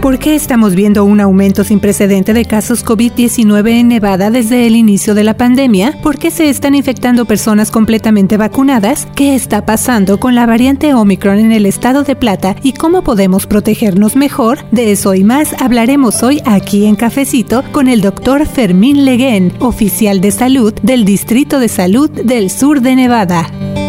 ¿Por qué estamos viendo un aumento sin precedente de casos COVID-19 en Nevada desde el inicio de la pandemia? ¿Por qué se están infectando personas completamente vacunadas? ¿Qué está pasando con la variante Omicron en el estado de Plata y cómo podemos protegernos mejor? De eso y más hablaremos hoy aquí en Cafecito con el Dr. Fermín Leguén, oficial de salud del Distrito de Salud del Sur de Nevada.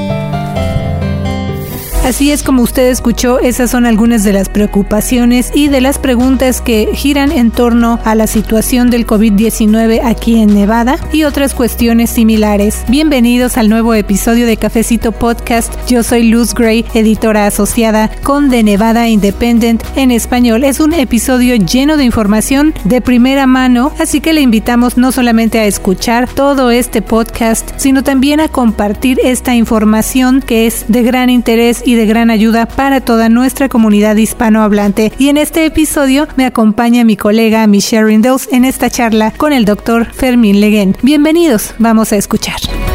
Así es, como usted escuchó, esas son algunas de las preocupaciones y de las preguntas que giran en torno a la situación del COVID-19 aquí en Nevada y otras cuestiones similares. Bienvenidos al nuevo episodio de Cafecito Podcast. Yo soy Luz Gray, editora asociada con The Nevada Independent en español. Es un episodio lleno de información de primera mano, así que le invitamos no solamente a escuchar todo este podcast, sino también a compartir esta información que es de gran interés y de gran ayuda para toda nuestra comunidad hispanohablante. Y en este episodio me acompaña mi colega Michelle Rindels en esta charla con el Dr. Fermín Leguén. Bienvenidos, vamos a escuchar.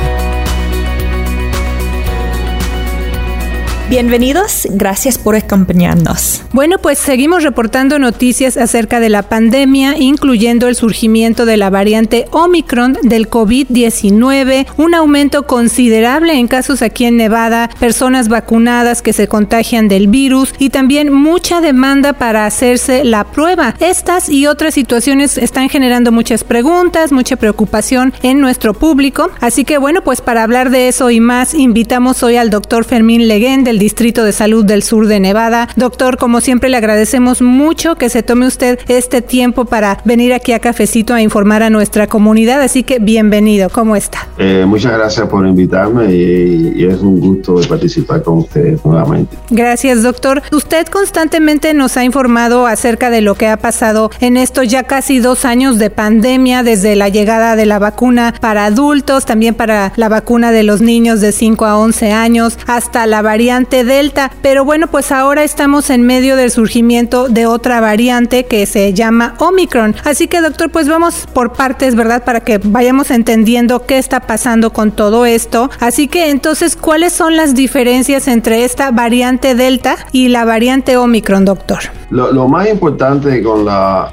Bienvenidos, gracias por acompañarnos. Bueno, pues seguimos reportando noticias acerca de la pandemia, incluyendo el surgimiento de la variante Omicron del COVID-19, un aumento considerable en casos aquí en Nevada, personas vacunadas que se contagian del virus y también mucha demanda para hacerse la prueba. Estas y otras situaciones están generando muchas preguntas, mucha preocupación en nuestro público. Así que bueno, pues para hablar de eso y más, invitamos hoy al Dr. Fermín Leguén del Distrito de Salud del Sur de Nevada. Doctor, como siempre le agradecemos mucho que se tome usted este tiempo para venir aquí a Cafecito a informar a nuestra comunidad, así que bienvenido. ¿Cómo está? Muchas gracias por invitarme y es un gusto participar con ustedes nuevamente. Gracias, doctor. Usted constantemente nos ha informado acerca de lo que ha pasado en estos ya casi 2 años de pandemia, desde la llegada de la vacuna para adultos, también para la vacuna de los niños de 5 a 11 años, hasta la variante Delta, pero bueno, pues ahora estamos en medio del surgimiento de otra variante que se llama Omicron. Así que, doctor, pues vamos por partes, ¿verdad? Para que vayamos entendiendo qué está pasando con todo esto. Así que, entonces, ¿cuáles son las diferencias entre esta variante Delta y la variante Omicron, doctor? Lo más importante con la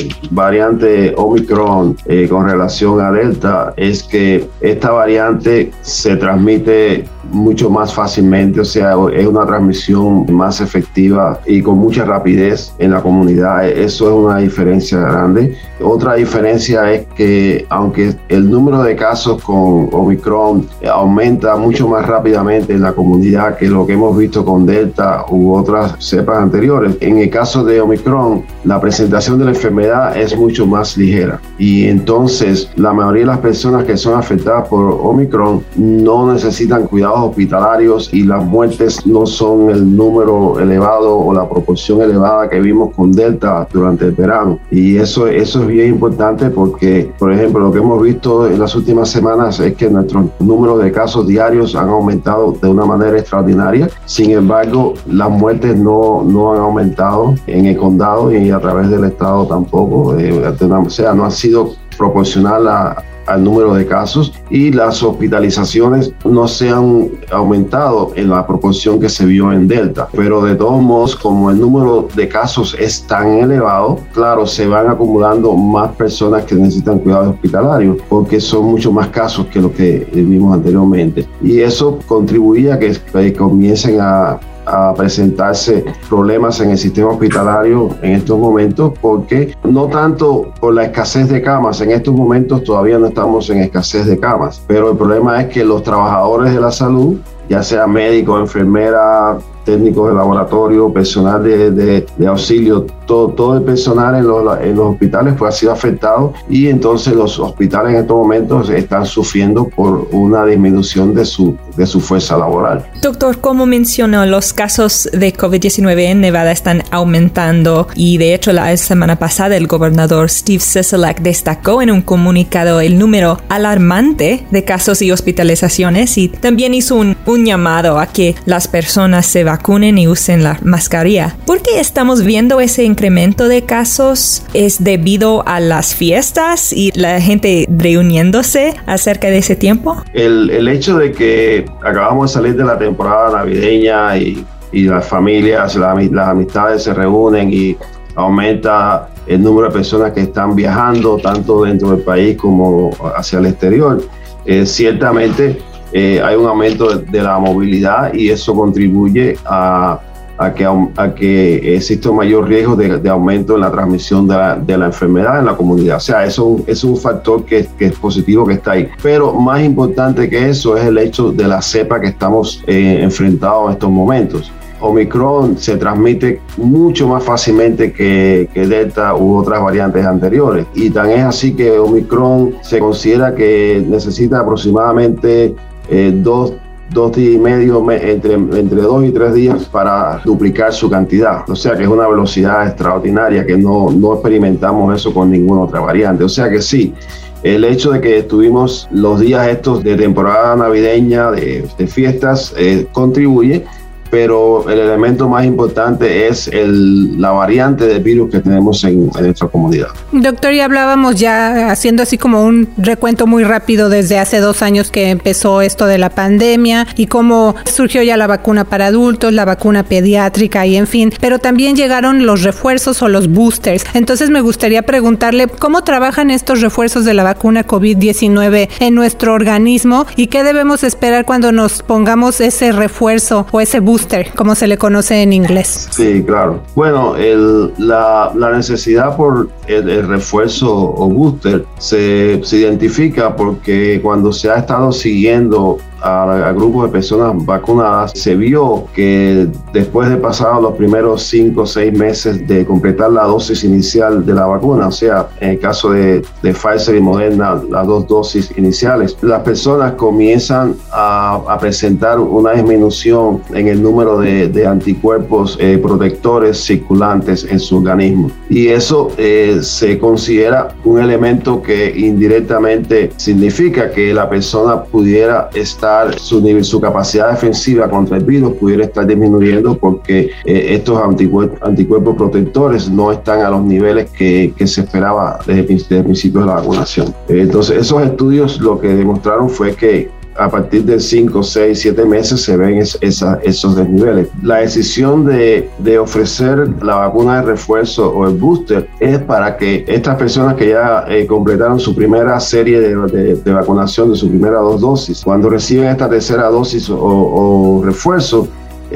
variante Omicron con relación a Delta es que esta variante se transmite mucho más fácilmente, o sea, es una transmisión más efectiva y con mucha rapidez en la comunidad. Eso es una diferencia grande. Otra diferencia es que aunque el número de casos con Omicron aumenta mucho más rápidamente en la comunidad que lo que hemos visto con Delta u otras cepas anteriores, en el caso de Omicron la presentación de la enfermedad es mucho más ligera y entonces la mayoría de las personas que son afectadas por Omicron no necesitan cuidados hospitalarios y las muertes no son el número elevado o la proporción elevada que vimos con Delta durante el verano. Y eso es bien importante porque, por ejemplo, lo que hemos visto en las últimas semanas es que nuestro número de casos diarios han aumentado de una manera extraordinaria. Sin embargo, las muertes no han aumentado en el condado y a través del estado tampoco. O sea, no ha sido proporcional al número de casos y las hospitalizaciones no se han aumentado en la proporción que se vio en Delta. Pero de todos modos, como el número de casos es tan elevado, claro, se van acumulando más personas que necesitan cuidados hospitalarios porque son mucho más casos que lo que vimos anteriormente. Y eso contribuía a que comiencen a presentarse problemas en el sistema hospitalario en estos momentos, porque no tanto por la escasez de camas, en estos momentos todavía no estamos en escasez de camas, pero el problema es que los trabajadores de la salud, ya sea médicos, enfermeras, técnicos de laboratorio, personal de auxilio, todo el personal en los hospitales ha sido afectado y entonces los hospitales en estos momentos están sufriendo por una disminución de su fuerza laboral. Doctor, como mencionó, los casos de COVID-19 en Nevada están aumentando y de hecho la semana pasada el gobernador Steve Sisolak destacó en un comunicado el número alarmante de casos y hospitalizaciones y también hizo un llamado a que las personas se vacunen y usen la mascarilla. ¿Por qué estamos viendo ese incremento de casos? ¿Es debido a las fiestas y la gente reuniéndose acerca de ese tiempo? El hecho de que acabamos de salir de la temporada navideña y las familias, las amistades se reúnen y aumenta el número de personas que están viajando tanto dentro del país como hacia el exterior. Ciertamente hay un aumento de la movilidad y eso contribuye a que existe un mayor riesgo de aumento en la transmisión de la enfermedad en la comunidad. O sea, eso es un factor que es positivo, que está ahí. Pero más importante que eso es el hecho de la cepa que estamos enfrentados en estos momentos. Omicron se transmite mucho más fácilmente que Delta u otras variantes anteriores. Y tan es así que Omicron se considera que necesita aproximadamente 2 días y medio, entre 2 y 3 días para duplicar su cantidad. O sea que es una velocidad extraordinaria que no experimentamos eso con ninguna otra variante. O sea que sí, el hecho de que tuvimos los días estos de temporada navideña, de fiestas, contribuye, pero el elemento más importante es la variante del virus que tenemos en nuestra comunidad. Doctor, ya hablábamos ya haciendo así como un recuento muy rápido desde hace 2 años que empezó esto de la pandemia y cómo surgió ya la vacuna para adultos, la vacuna pediátrica y en fin, pero también llegaron los refuerzos o los boosters. Entonces me gustaría preguntarle cómo trabajan estos refuerzos de la vacuna COVID-19 en nuestro organismo y qué debemos esperar cuando nos pongamos ese refuerzo o ese booster, como se le conoce en inglés. Sí, claro. Bueno, la necesidad por el refuerzo o booster se identifica porque cuando se ha estado siguiendo a grupos de personas vacunadas, se vio que después de pasar los primeros 5 o 6 meses de completar la dosis inicial de la vacuna, o sea, en el caso de Pfizer y Moderna, las 2 dosis iniciales, las personas comienzan a presentar una disminución en el número de anticuerpos protectores circulantes en su organismo. Y eso se considera un elemento que indirectamente significa que la persona pudiera estar su capacidad defensiva contra el virus pudiera estar disminuyendo porque estos anticuerpos protectores no están a los niveles que se esperaba desde el principio de la vacunación. Entonces, esos estudios lo que demostraron fue que a partir de 5, 6, 7 meses se ven esos desniveles. La decisión de ofrecer la vacuna de refuerzo o el booster es para que estas personas que ya completaron su primera serie de vacunación de sus primeras 2 dosis, cuando reciben esta tercera dosis o refuerzo,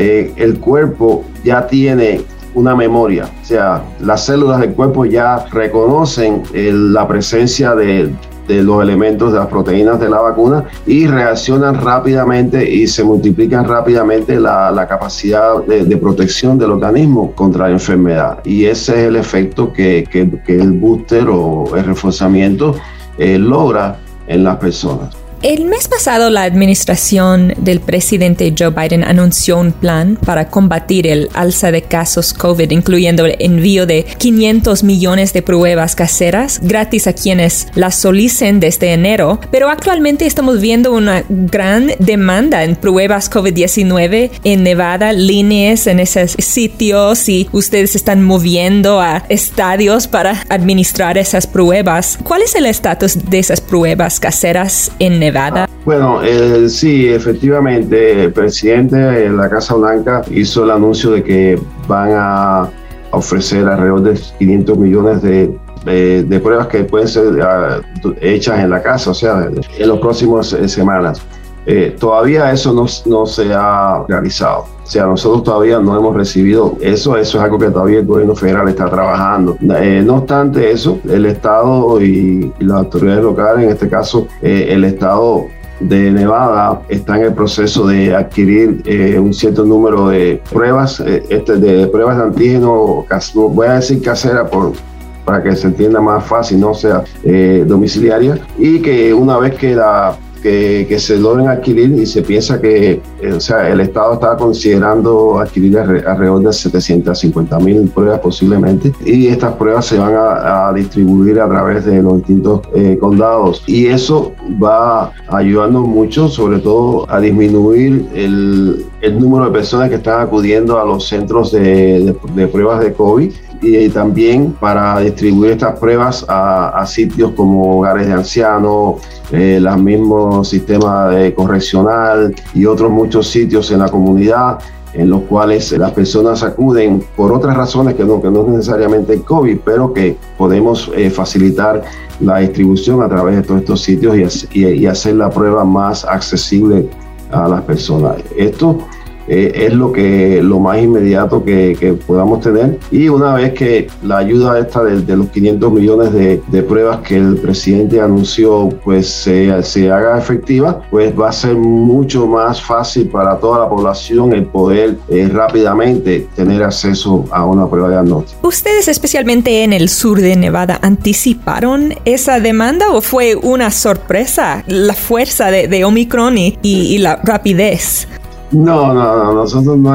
el cuerpo ya tiene una memoria, o sea, las células del cuerpo ya reconocen la presencia de los elementos de las proteínas de la vacuna y reaccionan rápidamente y se multiplican rápidamente la capacidad de protección del organismo contra la enfermedad. Y ese es el efecto que el booster o el reforzamiento logra en las personas. El mes pasado, la administración del presidente Joe Biden anunció un plan para combatir el alza de casos COVID, incluyendo el envío de 500 millones de pruebas caseras gratis a quienes las soliciten desde enero. Pero actualmente estamos viendo una gran demanda en pruebas COVID-19 en Nevada, líneas en esos sitios y ustedes están moviendo a estadios para administrar esas pruebas. ¿Cuál es el estatus de esas pruebas caseras en Nevada? Bueno, sí, efectivamente, el presidente de la Casa Blanca hizo el anuncio de que van a ofrecer alrededor de 500 millones de pruebas que pueden ser hechas en la casa, o sea, en las próximas semanas. Todavía eso no se ha realizado. O sea, nosotros todavía no hemos recibido eso es algo que todavía el gobierno federal está trabajando. No obstante eso, el Estado y las autoridades locales, en este caso el Estado de Nevada, está en el proceso de adquirir un cierto número de pruebas, de pruebas de antígeno, voy a decir casera para que se entienda más fácil, no sea domiciliaria, y que una vez que se logren adquirir y se piensa que el Estado está considerando adquirir alrededor de 750,000 pruebas posiblemente, y estas pruebas se van a distribuir a través de los distintos condados, y eso va ayudando mucho, sobre todo a disminuir el número de personas que están acudiendo a los centros de pruebas de COVID, y también para distribuir estas pruebas a sitios como hogares de ancianos, los mismos sistemas correccional y otros muchos sitios en la comunidad, en los cuales las personas acuden por otras razones que no es necesariamente el COVID, pero que podemos facilitar la distribución a través de todos estos sitios y hacer la prueba más accesible a las personas. Esto es lo más inmediato que podamos tener, y una vez que la ayuda esta de los 500 millones de pruebas que el presidente anunció pues se haga efectiva, pues va a ser mucho más fácil para toda la población el poder rápidamente tener acceso a una prueba diagnóstica. ¿Ustedes, especialmente en el sur de Nevada, anticiparon esa demanda o fue una sorpresa la fuerza de Omicron y la rapidez? No, nosotros no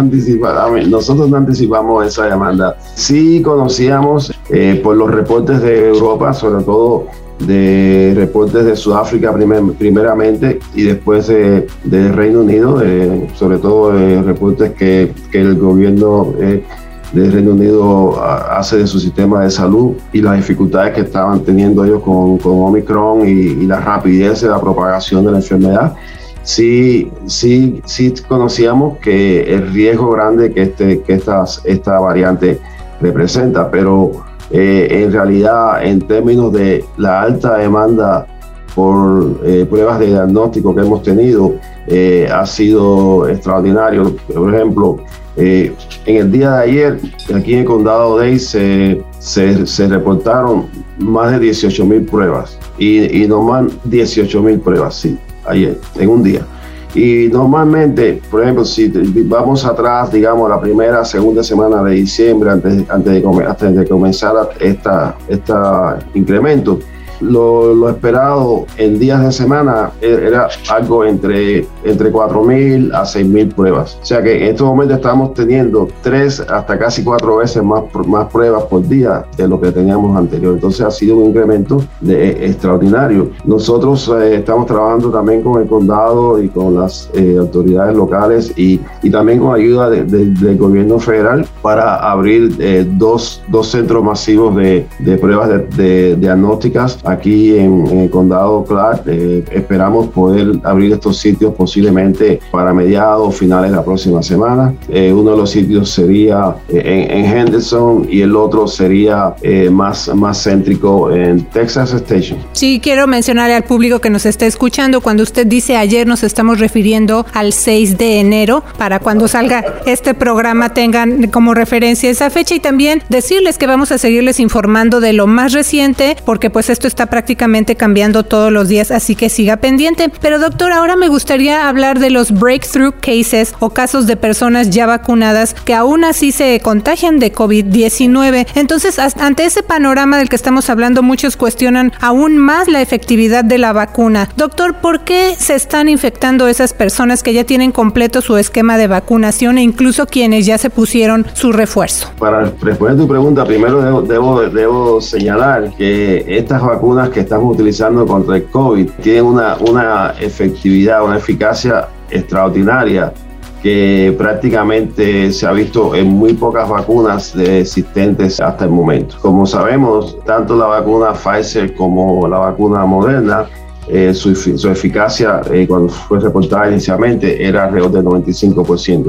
anticipamos esa demanda. Sí conocíamos por los reportes de Europa, sobre todo de reportes de Sudáfrica primeramente, y después de Reino Unido, sobre todo reportes que el gobierno de Reino Unido hace de su sistema de salud y las dificultades que estaban teniendo ellos con Omicron y la rapidez de la propagación de la enfermedad. Sí conocíamos que el riesgo grande que esta variante representa, pero en realidad, en términos de la alta demanda por pruebas de diagnóstico que hemos tenido, ha sido extraordinario. Por ejemplo, en el día de ayer, aquí en el condado de Dade se reportaron más de 18,000 pruebas y normal 18,000 pruebas, sí, ayer, en un día. Y normalmente, por ejemplo, si vamos atrás, digamos, la primera, segunda semana de diciembre, antes de comenzar este incremento, lo esperado en días de semana era algo entre 4,000 a 6,000 pruebas. O sea que en estos momentos estamos teniendo 3 hasta casi 4 veces más pruebas por día de lo que teníamos anterior. Entonces ha sido un incremento extraordinario. Nosotros estamos trabajando también con el condado y con las autoridades locales y también con ayuda del gobierno federal para abrir dos centros masivos de pruebas de diagnósticas aquí en el condado Clark. Esperamos poder abrir estos sitios posiblemente para mediados o finales de la próxima semana. Uno de los sitios sería en Henderson y el otro sería más céntrico en Texas Station. Sí, quiero mencionarle al público que nos está escuchando, cuando usted dice ayer, nos estamos refiriendo al 6 de enero, para cuando salga este programa tengan como referencia esa fecha, y también decirles que vamos a seguirles informando de lo más reciente, porque pues esto está prácticamente cambiando todos los días, así que siga pendiente. Pero doctor, ahora me gustaría hablar de los breakthrough cases o casos de personas ya vacunadas que aún así se contagian de COVID-19. Entonces, ante ese panorama del que estamos hablando, muchos cuestionan aún más la efectividad de la vacuna. Doctor, ¿por qué se están infectando esas personas que ya tienen completo su esquema de vacunación e incluso quienes ya se pusieron su refuerzo? Para responder tu pregunta, primero debo señalar que estas vacunas que estamos utilizando contra el COVID tienen una efectividad, una eficacia extraordinaria que prácticamente se ha visto en muy pocas vacunas existentes hasta el momento. Como sabemos, tanto la vacuna Pfizer como la vacuna Moderna, su eficacia cuando fue reportada inicialmente era alrededor del 95%,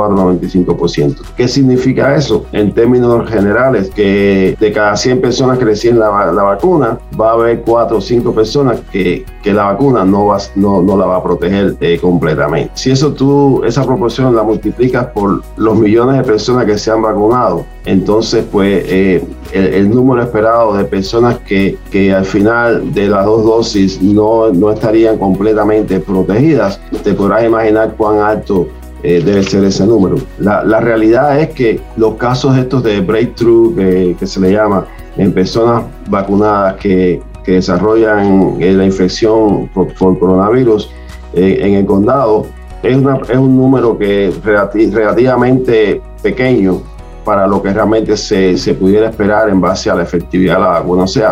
94-95%. ¿Qué significa eso? En términos generales, que de cada 100 personas que reciben la vacuna, va a haber 4 o 5 personas que la vacuna no la va a proteger completamente. Si esa proporción la multiplicas por los millones de personas que se han vacunado, entonces pues el número esperado de personas que al final de las 2 dosis no estarían completamente protegidas, te podrás imaginar cuán alto debe ser ese número. La realidad es que los casos estos de breakthrough, que se le llama, en personas vacunadas que desarrollan la infección por coronavirus en el condado, es un número que relativamente pequeño para lo que realmente se pudiera esperar en base a la efectividad de la vacuna. O sea,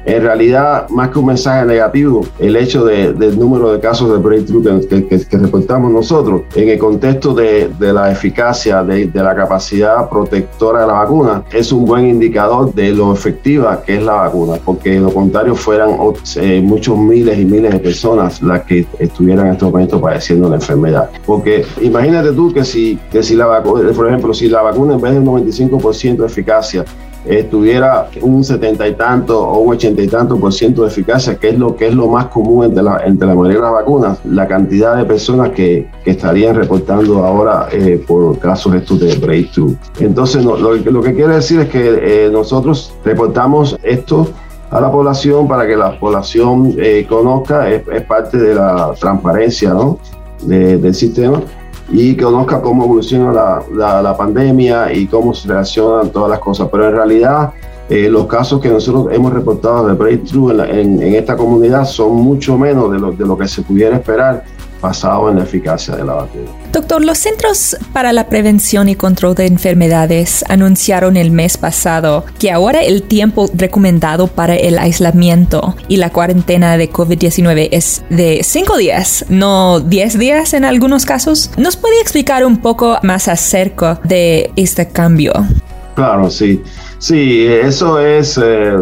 en realidad, más que un mensaje negativo, el hecho del número de casos de breakthrough que reportamos nosotros, en el contexto de la eficacia, de la capacidad protectora de la vacuna, es un buen indicador de lo efectiva que es la vacuna, porque de lo contrario fueran muchos miles y miles de personas las que estuvieran en este momento padeciendo la enfermedad. Porque imagínate tú que si la vacuna, por ejemplo, si la vacuna en vez del 95% de eficacia tuviera un 70 y tanto o un 80 y tanto % de eficacia, que es lo más común entre la mayoría de las vacunas, la cantidad de personas que estarían reportando ahora por casos estos de breakthrough. Entonces, lo que quiere decir es que nosotros reportamos esto a la población para que la población conozca, es parte de la transparencia, ¿no? del sistema, y que conozca cómo evoluciona la pandemia y cómo se relacionan todas las cosas. Pero en realidad los casos que nosotros hemos reportado de breakthrough en esta comunidad son mucho menos de lo que se pudiera esperar basado en la eficacia de la vacuna. Doctor, los Centros para la Prevención y Control de Enfermedades anunciaron el mes pasado que ahora el tiempo recomendado para el aislamiento y la cuarentena de COVID-19 es de 5 días, no 10 días en algunos casos. ¿Nos puede explicar un poco más acerca de este cambio? Claro, sí. Sí, eso es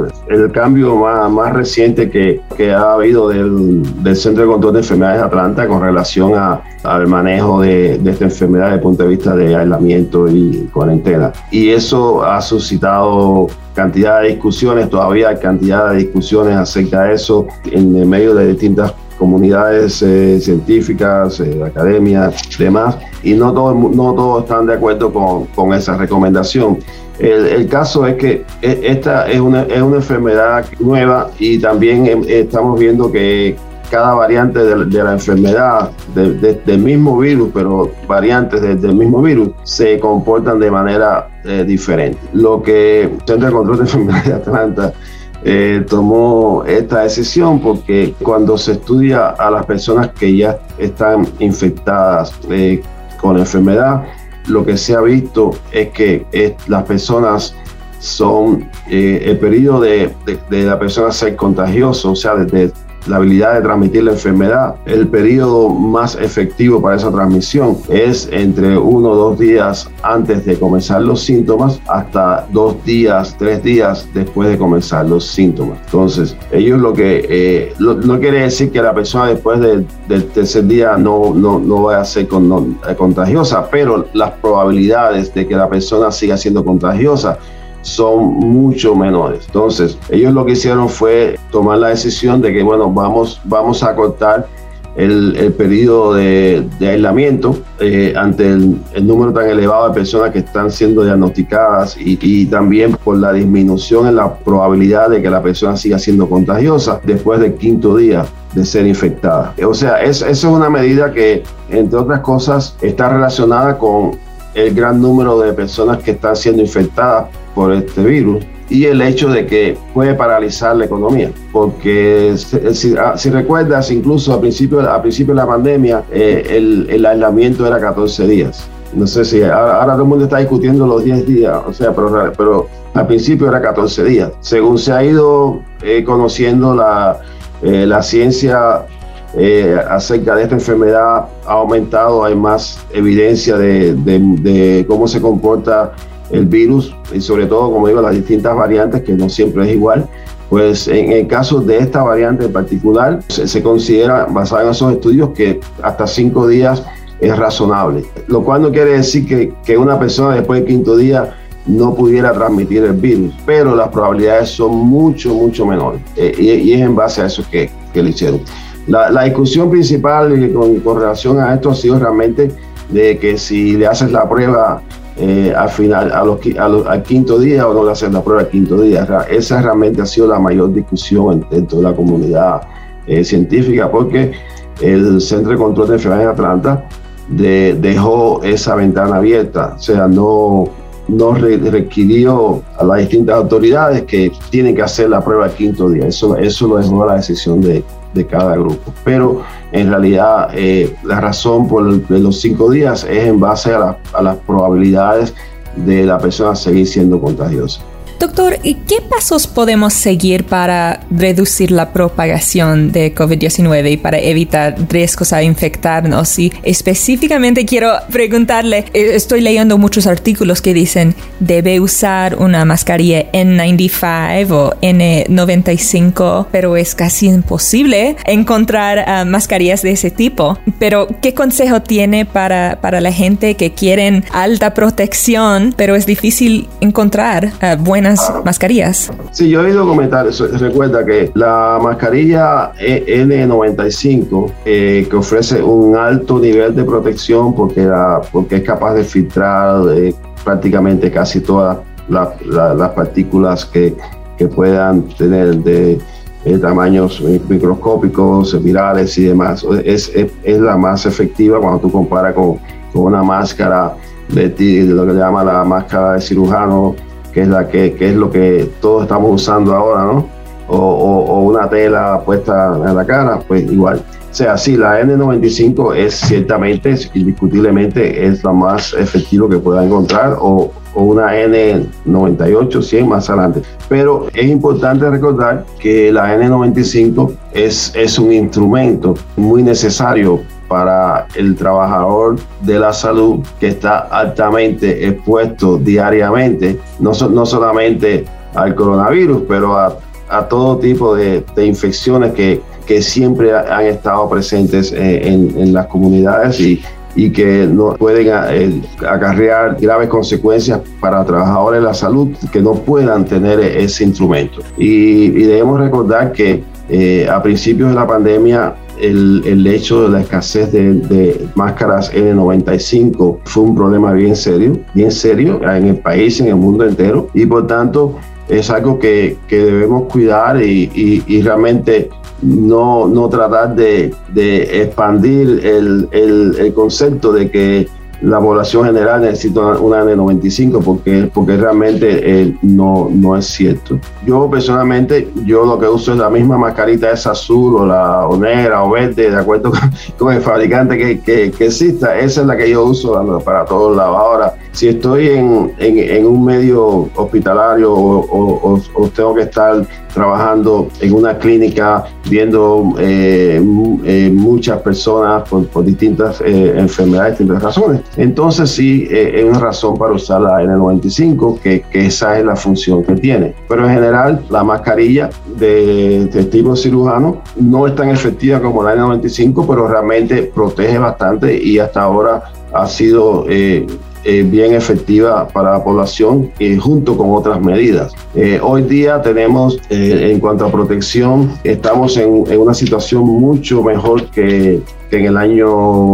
el cambio más reciente que ha habido del Centro de Control de Enfermedades de Atlanta con relación al manejo de esta enfermedad desde el punto de vista de aislamiento y cuarentena. Y eso ha suscitado cantidad de discusiones, todavía hay cantidad de discusiones acerca de eso en el medio de distintas comunidades científicas, academia, demás, y no todos están de acuerdo con esa recomendación. El caso es que esta es una enfermedad nueva y también estamos viendo que cada variante de la enfermedad, del mismo virus, pero variantes del mismo virus, se comportan de manera diferente. Lo que el Centro de Control de Enfermedades de Atlanta tomó esta decisión porque cuando se estudia a las personas que ya están infectadas con la enfermedad, lo que se ha visto es que las personas son el periodo de la persona ser contagioso, o sea, de la habilidad de transmitir la enfermedad, el periodo más efectivo para esa transmisión es entre 1 o 2 días antes de comenzar los síntomas hasta 2 días, 3 días después de comenzar los síntomas. Entonces, ellos lo que no quiere decir que la persona después del tercer día no vaya a ser contagiosa, pero las probabilidades de que la persona siga siendo contagiosa son mucho menores. Entonces, ellos lo que hicieron fue tomar la decisión de que, bueno, vamos a acortar el periodo de aislamiento ante el número tan elevado de personas que están siendo diagnosticadas y también por la disminución en la probabilidad de que la persona siga siendo contagiosa después del 5º día de ser infectada. O sea, eso es una medida que, entre otras cosas, está relacionada con el gran número de personas que están siendo infectadas por este virus y el hecho de que puede paralizar la economía, porque si recuerdas, incluso al principio de la pandemia el aislamiento era 14 días. No sé si ahora todo el mundo está discutiendo los 10 días, o sea, pero al principio era 14 días. Según se ha ido conociendo la ciencia acerca de esta enfermedad ha aumentado, hay más evidencia de cómo se comporta el virus y sobre todo, como digo, las distintas variantes, que no siempre es igual. Pues en el caso de esta variante en particular, se considera, basado en esos estudios, que hasta 5 días es razonable, lo cual no quiere decir que una persona después del 5º día no pudiera transmitir el virus, pero las probabilidades son mucho menores y es en base a eso que lo hicieron. La discusión principal con relación a esto ha sido realmente de que si le haces la prueba al final, al 5º día, o no le haces la prueba al 5º día. Esa realmente ha sido la mayor discusión dentro de la comunidad científica, porque el Centro de Control de Enfermedades de Atlanta dejó esa ventana abierta, o sea, no requirió a las distintas autoridades que tienen que hacer la prueba al 5º día. Eso lo dejó a la decisión de cada grupo, pero en realidad la razón por los 5 días es en base a las probabilidades de la persona seguir siendo contagiosa. Doctor, ¿qué pasos podemos seguir para reducir la propagación de COVID-19 y para evitar riesgos a infectarnos? Y específicamente quiero preguntarle, estoy leyendo muchos artículos que dicen debe usar una mascarilla N95 o N95, pero es casi imposible encontrar mascarillas de ese tipo. Pero, ¿qué consejo tiene para la gente que quieren alta protección, pero es difícil encontrar buenas mascarillas? Sí, yo he oído comentarios. Recuerda que la mascarilla N95 que ofrece un alto nivel de protección porque es capaz de filtrar prácticamente casi todas las partículas que puedan tener de tamaños microscópicos, virales y demás. Es la más efectiva cuando tú comparas con una máscara de lo que se llama la máscara de cirujano, que es lo que todos estamos usando ahora, ¿no? O una tela puesta en la cara, pues igual. O sea, sí, la N95 es ciertamente, indiscutiblemente, es la más efectiva que pueda encontrar, o una N98, 100 más adelante. Pero es importante recordar que la N95 es un instrumento muy necesario para el trabajador de la salud que está altamente expuesto diariamente, no solamente al coronavirus, pero a todo tipo de infecciones que siempre han estado presentes en las comunidades y que no pueden acarrear graves consecuencias para trabajadores de la salud que no puedan tener ese instrumento. Y debemos recordar que a principios de la pandemia el hecho de la escasez de máscaras N95 fue un problema bien serio en el país, en el mundo entero, y por tanto es algo que debemos cuidar y realmente no tratar de expandir el concepto de que la población general necesita una N95 porque realmente no es cierto. Yo personalmente, lo que uso es la misma mascarita esa azul o negra o verde, de acuerdo con el fabricante que exista. Esa es la que yo uso para todos lados. Ahora, si estoy en un medio hospitalario o tengo que estar trabajando en una clínica viendo muchas personas por distintas enfermedades, distintas razones, entonces sí es una razón para usar la N95, que esa es la función que tiene. Pero en general la mascarilla de tipo cirujano no es tan efectiva como la N95, pero realmente protege bastante y hasta ahora ha sido bien efectiva para la población junto con otras medidas. Hoy día tenemos, en cuanto a protección, estamos en una situación mucho mejor que en el año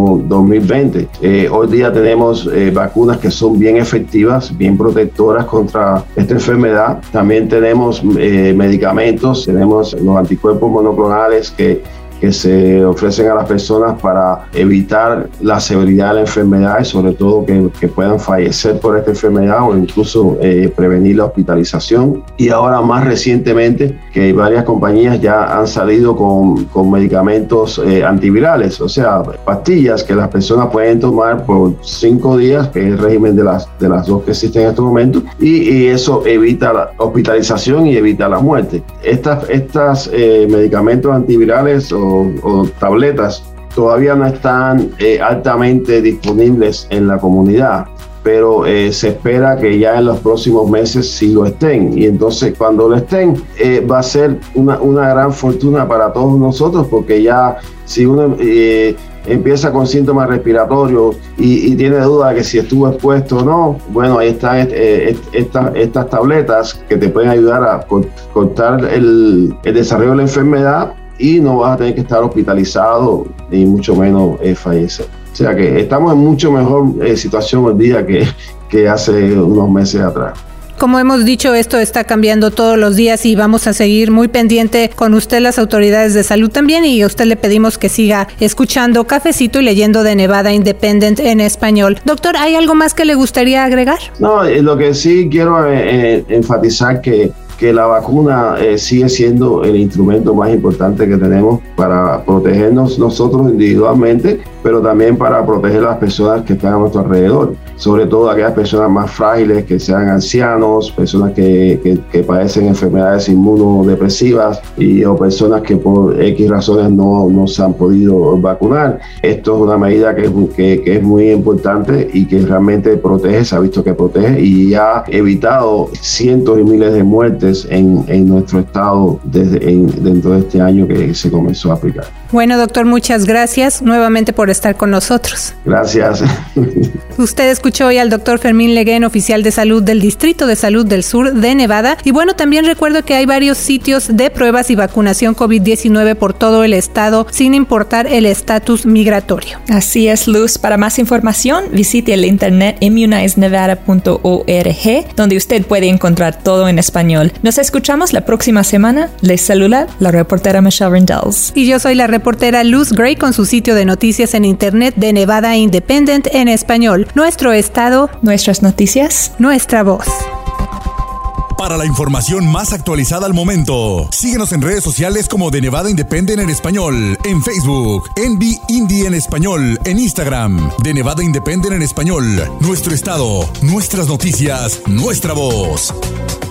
2020. Hoy día tenemos vacunas que son bien efectivas, bien protectoras contra esta enfermedad. También tenemos medicamentos, tenemos los anticuerpos monoclonales que se ofrecen a las personas para evitar la severidad de la enfermedad y sobre todo que puedan fallecer por esta enfermedad o incluso prevenir la hospitalización. Y ahora más recientemente que varias compañías ya han salido con medicamentos antivirales, o sea, pastillas que las personas pueden tomar por 5 días, que es el régimen de las dos que existen en este momento, y eso evita la hospitalización y evita la muerte. Estas medicamentos antivirales o tabletas todavía no están altamente disponibles en la comunidad, pero se espera que ya en los próximos meses sí lo estén, y entonces cuando lo estén va a ser una gran fortuna para todos nosotros, porque ya si uno empieza con síntomas respiratorios y tiene duda de que si estuvo expuesto o no, bueno, ahí están estas tabletas que te pueden ayudar a cortar el desarrollo de la enfermedad y no vas a tener que estar hospitalizado ni mucho menos fallecer. O sea que estamos en mucho mejor situación hoy día que hace unos meses atrás. Como hemos dicho, esto está cambiando todos los días y vamos a seguir muy pendiente con usted, las autoridades de salud también, y a usted le pedimos que siga escuchando Cafecito y leyendo de Nevada Independent en español. Doctor, ¿hay algo más que le gustaría agregar? No, lo que sí quiero enfatizar que la vacuna sigue siendo el instrumento más importante que tenemos para protegernos nosotros individualmente, pero también para proteger a las personas que están a nuestro alrededor, sobre todo aquellas personas más frágiles, que sean ancianos, personas que padecen enfermedades inmunodepresivas o personas que por X razones no se han podido vacunar. Esto es una medida que es muy importante y que realmente protege, se ha visto que protege y ha evitado cientos y miles de muertes en nuestro estado dentro de este año que se comenzó a aplicar. Bueno, doctor, muchas gracias nuevamente por estar con nosotros. Gracias. Usted escuchó hoy al doctor Fermín Leguén, oficial de salud del Distrito de Salud del Sur de Nevada. Y bueno, también recuerdo que hay varios sitios de pruebas y vacunación COVID-19 por todo el estado, sin importar el estatus migratorio. Así es, Luz. Para más información, visite el internet immunizenevada.org, donde usted puede encontrar todo en español. Nos escuchamos la próxima semana. Les saluda la reportera Michelle Rendells. Y yo soy la reportera Luz Gray con su sitio de noticias en internet de Nevada Independent en español. Nuestro estado, nuestras noticias, nuestra voz. Para la información más actualizada al momento, síguenos en redes sociales como de Nevada Independent en español, en Facebook, NB Indie en español, en Instagram, de Nevada Independent en español, nuestro estado, nuestras noticias, nuestra voz.